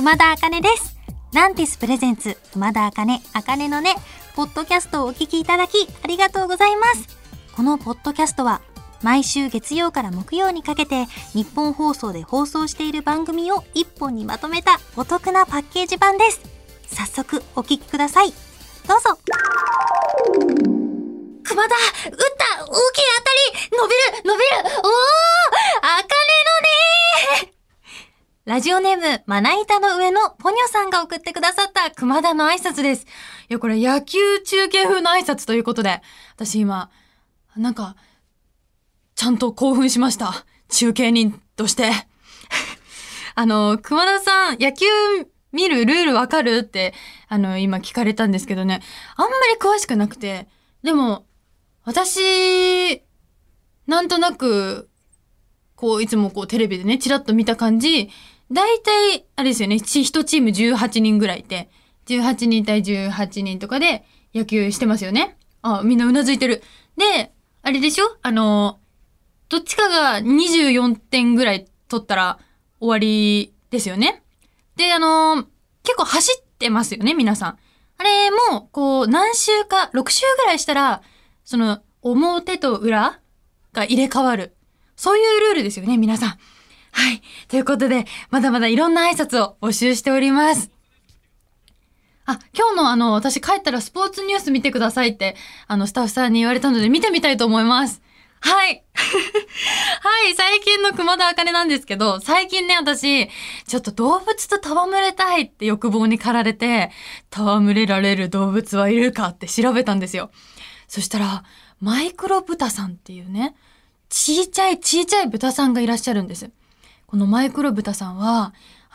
熊田茜です。ランティスプレゼンツ熊田茜、茜のね、ポッドキャストをお聞きいただきありがとうございます。このポッドキャストは毎週月曜から木曜にかけて日本放送で放送している番組を一本にまとめたお得なパッケージ版です。早速お聞きください。どうぞ。熊田、打った大きい当たり、伸びるおー、茜のね。ラジオネームまな板の上のポニョさんが送ってくださった熊田の挨拶です。いや、これ野球中継風の挨拶ということで、私今なんかちゃんと興奮しました。中継人として熊田さん、野球見るルールわかるって今聞かれたんですけどね、あんまり詳しくなくて、でも私なんとなくこういつもこうテレビでねチラッと見た感じ、だいたいあれですよね、1チーム18人ぐらいいて、18人対18人とかで野球してますよね。あ、みんなうなずいてる。で、あれでしょ、どっちかが24点ぐらい取ったら終わりですよね。で、結構走ってますよね、皆さん。あれも、こう、何周か、6周ぐらいしたら、その、表と裏が入れ替わる。そういうルールですよね、皆さん。はい。ということで、まだまだいろんな挨拶を募集しております。あ、今日の私帰ったらスポーツニュース見てくださいって、スタッフさんに言われたので見てみたいと思います。はい。はい、最近の熊田茜なんですけど、最近ね、私、ちょっと動物と戯れたいって欲望に駆られて、戯れられる動物はいるかって調べたんですよ。そしたら、マイクロブタさんっていうね、ちいちゃい豚さんがいらっしゃるんです。このマイクロブタさんは、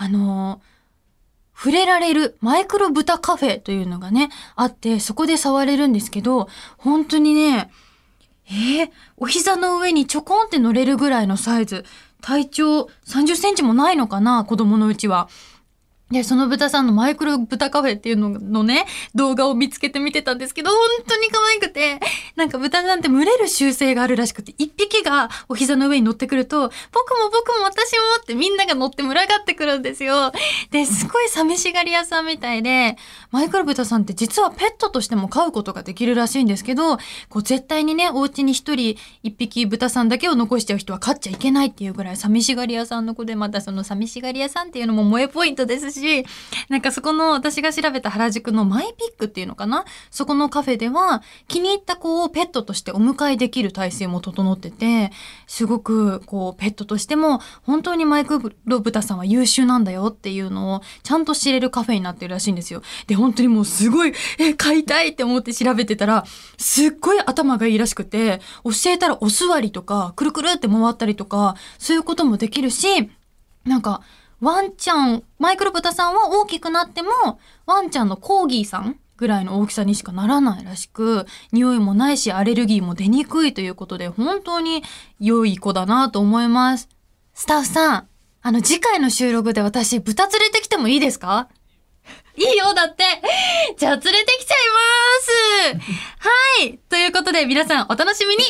触れられるマイクロブタカフェというのがね、あって、そこで触れるんですけど、本当にね、お膝の上にちょこんって乗れるぐらいのサイズ。体長30センチもないのかな、子供のうちは。で、その豚さんのマイクロ豚カフェっていうののね、動画を見つけて見てたんですけど、本当に可愛くて、なんか豚さんって群れる習性があるらしくて、一匹がお膝の上に乗ってくると、僕も私もってみんなが乗って群がってくるんですよ。で、すごい寂しがり屋さんみたいで、マイクロ豚さんって実はペットとしても飼うことができるらしいんですけど、こう絶対にね、お家に一人一匹豚さんだけを残しちゃう人は飼っちゃいけないっていうぐらい寂しがり屋さんの子で、またその寂しがり屋さんっていうのも萌えポイントですし、なんかそこの私が調べた原宿のマイピックっていうのかな、そこのカフェでは気に入った子をペットとしてお迎えできる体制も整ってて、すごくこうペットとしても本当にマイクロブタさんは優秀なんだよっていうのをちゃんと知れるカフェになってるらしいんですよ。で、本当にもうすごい買いたいって思って調べてたら、すっごい頭がいいらしくて、教えたらお座りとかくるくるって回ったりとかそういうこともできるし、なんかワンちゃん、マイクロブタさんは大きくなっても、ワンちゃんのコーギーさんぐらいの大きさにしかならないらしく、匂いもないしアレルギーも出にくいということで、本当に良い子だなと思います。スタッフさん、次回の収録で私、豚連れてきてもいいですか？いいよ、だって。じゃあ連れてきちゃいます。はい。ということで皆さんお楽しみに。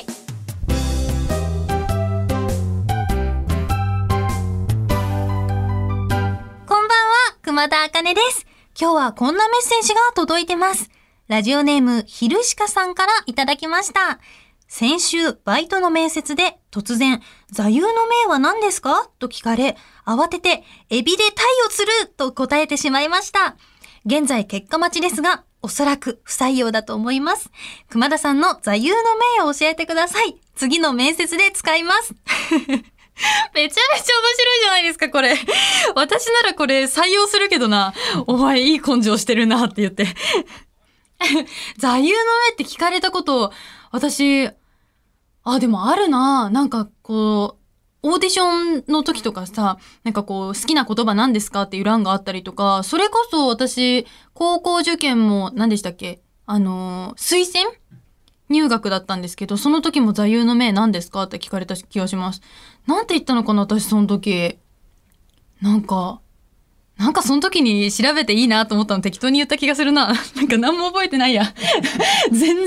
熊田茜です。今日はこんなメッセージが届いてます。ラジオネームひるしかさんからいただきました。先週バイトの面接で突然座右の銘は何ですかと聞かれ、慌ててエビで鯛を釣ると答えてしまいました。現在結果待ちですが、おそらく不採用だと思います。熊田さんの座右の銘を教えてください。次の面接で使います。めちゃめちゃ面白いじゃないですか、これ。私ならこれ採用するけどな。お前いい根性してるなって言って。座右の銘って聞かれたこと、私、でもあるな。なんかこう、オーディションの時とかさ、なんかこう、好きな言葉何ですかっていう欄があったりとか、それこそ私、高校受験も何でしたっけ？推薦入学だったんですけど、その時も座右の銘何ですかって聞かれた気がします。なんて言ったのかな、私その時。なんかその時に調べていいなと思ったの適当に言った気がするな。なんか何も覚えてないや。全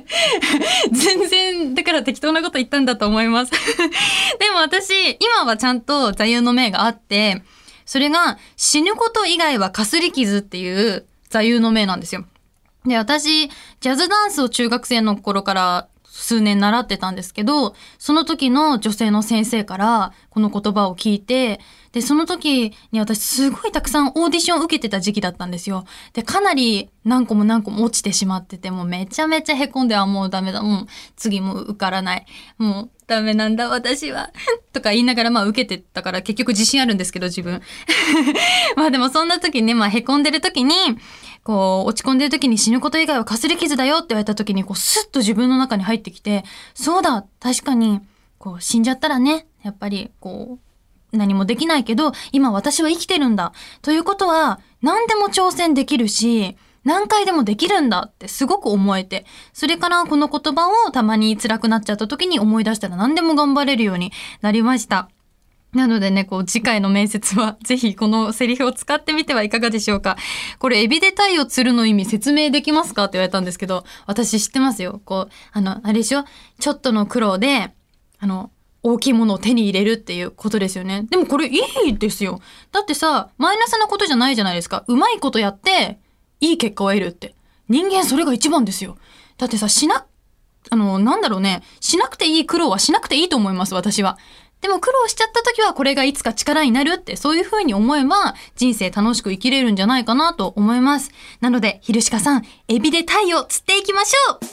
然、だから適当なこと言ったんだと思います。でも私、今はちゃんと座右の銘があって、 それが死ぬこと以外はかすり傷っていう座右の銘なんですよ。で、私、ジャズダンスを中学生の頃から数年習ってたんですけど、その時の女性の先生からこの言葉を聞いて、で、その時に私すごいたくさんオーディションを受けてた時期だったんですよ。で、かなり何個も落ちてしまってて、もうめちゃめちゃ凹んで、もうダメだ、もう次も受からない。もうダメなんだ私は。とか言いながら受けてたから結局自信あるんですけど自分。でもそんな時にね、凹んでる時に、落ち込んでる時に死ぬこと以外はかすり傷だよって言われた時に、スッと自分の中に入ってきて、そうだ、確かに、死んじゃったらね、やっぱり、何もできないけど、今私は生きてるんだ。ということは、何でも挑戦できるし、何回でもできるんだってすごく思えて、それからこの言葉をたまに辛くなっちゃった時に思い出したら何でも頑張れるようになりました。なのでね、次回の面接はぜひこのセリフを使ってみてはいかがでしょうか。これ、エビで鯛を釣るの意味説明できますかって言われたんですけど、私知ってますよ。あれでしょ？ちょっとの苦労で、大きいものを手に入れるっていうことですよね。でもこれいいですよ。だってさ、マイナスなことじゃないじゃないですか。うまいことやって、いい結果を得るって。人間それが一番ですよ。だってさ、しなくていい苦労はしなくていいと思います、私は。でも苦労しちゃった時はこれがいつか力になるって、そういう風に思えば人生楽しく生きれるんじゃないかなと思います。なので、ひるしかさん、エビで鯛を釣っていきましょう。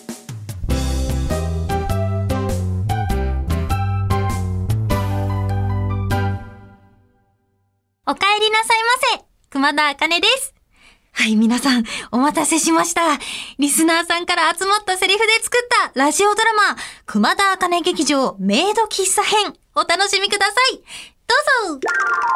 お帰りなさいませ。熊田茜です。はい、皆さん、お待たせしました。リスナーさんから集まったセリフで作ったラジオドラマ、熊田茜劇場メイド喫茶編、お楽しみください。どうぞ。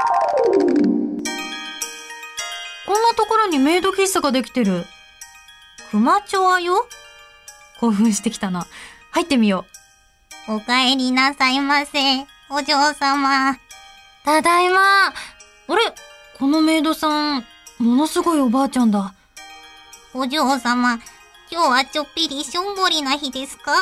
こんなところにメイド喫茶ができてる。熊町はよ？興奮してきたな。入ってみよう。お帰りなさいませ、お嬢様。 ただいま。あれ？このメイドさん、ものすごいおばあちゃんだ。 お嬢様、今日はちょっぴりしょんぼりな日ですか？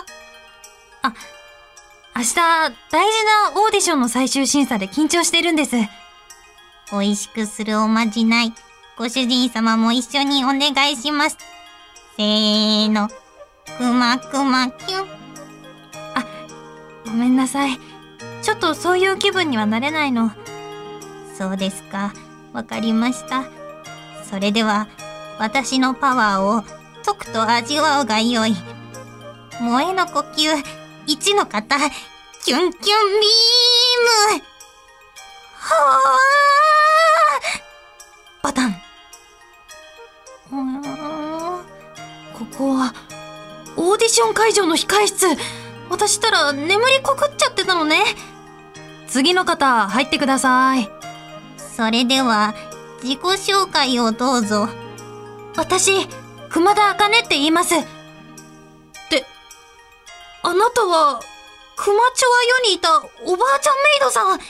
明日、大事なオーディションの最終審査で緊張してるんです。 美味しくするおまじない、ご主人様も一緒にお願いします。せーの、くまくまキュン。 ごめんなさい。ちょっとそういう気分にはなれないの。 そうですか。わかりました。それでは、私のパワーをとくと味わうがよい。萌えの呼吸、1の方、キュンキュンビーム。はぁー！バタン。ここは、オーディション会場の控え室。私ったら眠りこくっちゃってたのね。次の方、入ってください。 それでは、自己紹介をどうぞ。 私、熊田茜って言います。あなたは、熊町は世にいたおばあちゃんメイドさん。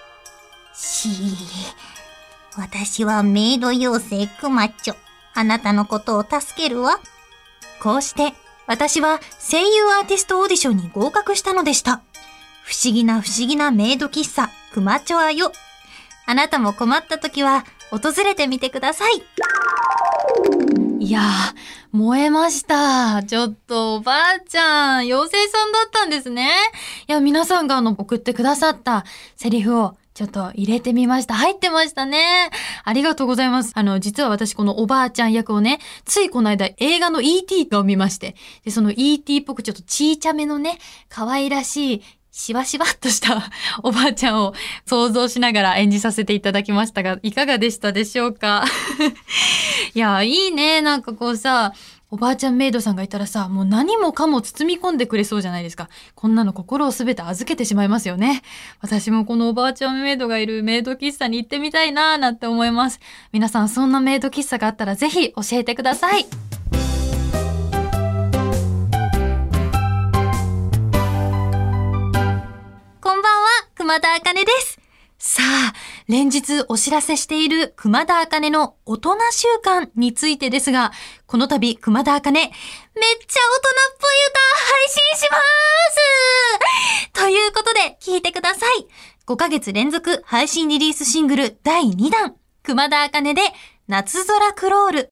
私はメイド妖精熊町。あなたのことを助けるわ。 こうして、私は声優アーティストオーディションに合格したのでした。不思議なメイド喫茶、熊町はよ。あなたも困った時は、訪れてみてください。いやー、燃えました。ちょっとおばあちゃん、妖精さんだったんですね。いや、皆さんが送ってくださったセリフをちょっと入れてみました。入ってましたね。ありがとうございます。実は私このおばあちゃん役をね、ついこの間映画の E.T. を見まして、で、その E.T. っぽくちょっとちいちゃめのね、可愛らしい、しわしわっとしたおばあちゃんを想像しながら演じさせていただきましたが、いかがでしたでしょうか？いや、いいね。なんかさ、おばあちゃんメイドさんがいたらさ、もう何もかも包み込んでくれそうじゃないですか。こんなの心をすべて預けてしまいますよね。私もこのおばあちゃんメイドがいるメイド喫茶に行ってみたいなーなんて思います。皆さんそんなメイド喫茶があったらぜひ教えてください。こんばんは、熊田茜です。さあ、連日お知らせしている熊田茜の大人習慣についてですが、この度熊田茜、めっちゃ大人っぽい歌配信しますということで聞いてください。 5ヶ月連続配信リリースシングル第2弾、熊田茜で夏空クロール。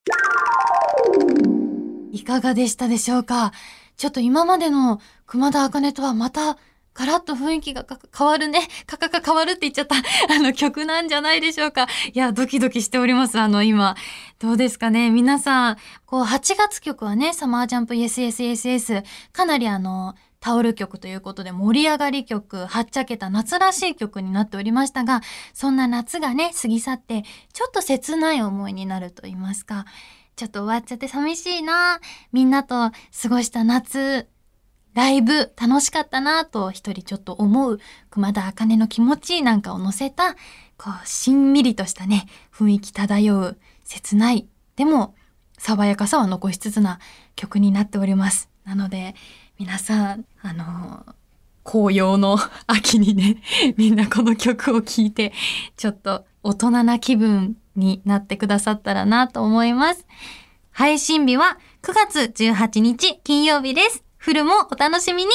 いかがでしたでしょうか。ちょっと今までの熊田茜とはまたガラッと雰囲気が変わるね。変わるって言っちゃった曲なんじゃないでしょうか。いや、ドキドキしております。今。どうですかね。皆さん、8月曲はね、サマージャンプ YesYesYesYes。かなりタオル曲ということで盛り上がり曲、はっちゃけた夏らしい曲になっておりましたが、そんな夏がね、過ぎ去って、ちょっと切ない思いになると言いますか。ちょっと終わっちゃって寂しいな。みんなと過ごした夏、ライブ楽しかったなと一人ちょっと思う熊田茜の気持ちなんかを乗せた、しんみりとしたね、雰囲気漂う、切ない、でも爽やかさは残しつつな曲になっております。なので、皆さん、紅葉の秋にね、みんなこの曲を聴いて、ちょっと大人な気分になってくださったらなと思います。配信日は9月18日金曜日です。フルもお楽しみに。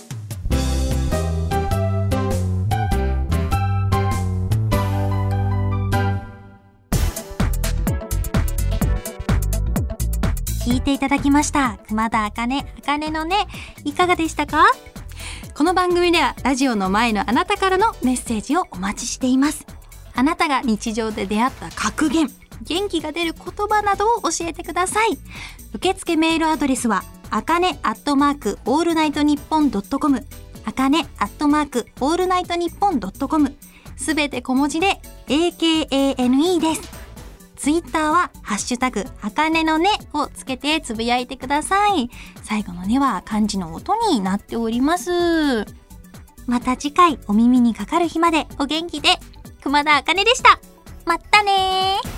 聞いていただきました。熊田茜のね、いかがでしたか？ この番組ではラジオの前のあなたからのメッセージをお待ちしています。あなたが日常で出会った格言、元気が出る言葉などを教えてください。受付メールアドレスはakane@allnightnippon.com、akane@allnightnippon.com、すべて小文字で AKANE です。ツイッターはハッシュタグ茜のねをつけてつぶやいてください。最後のねは漢字の音になっております。 また次回お耳にかかる日までお元気で。熊田茜でした。まったねー。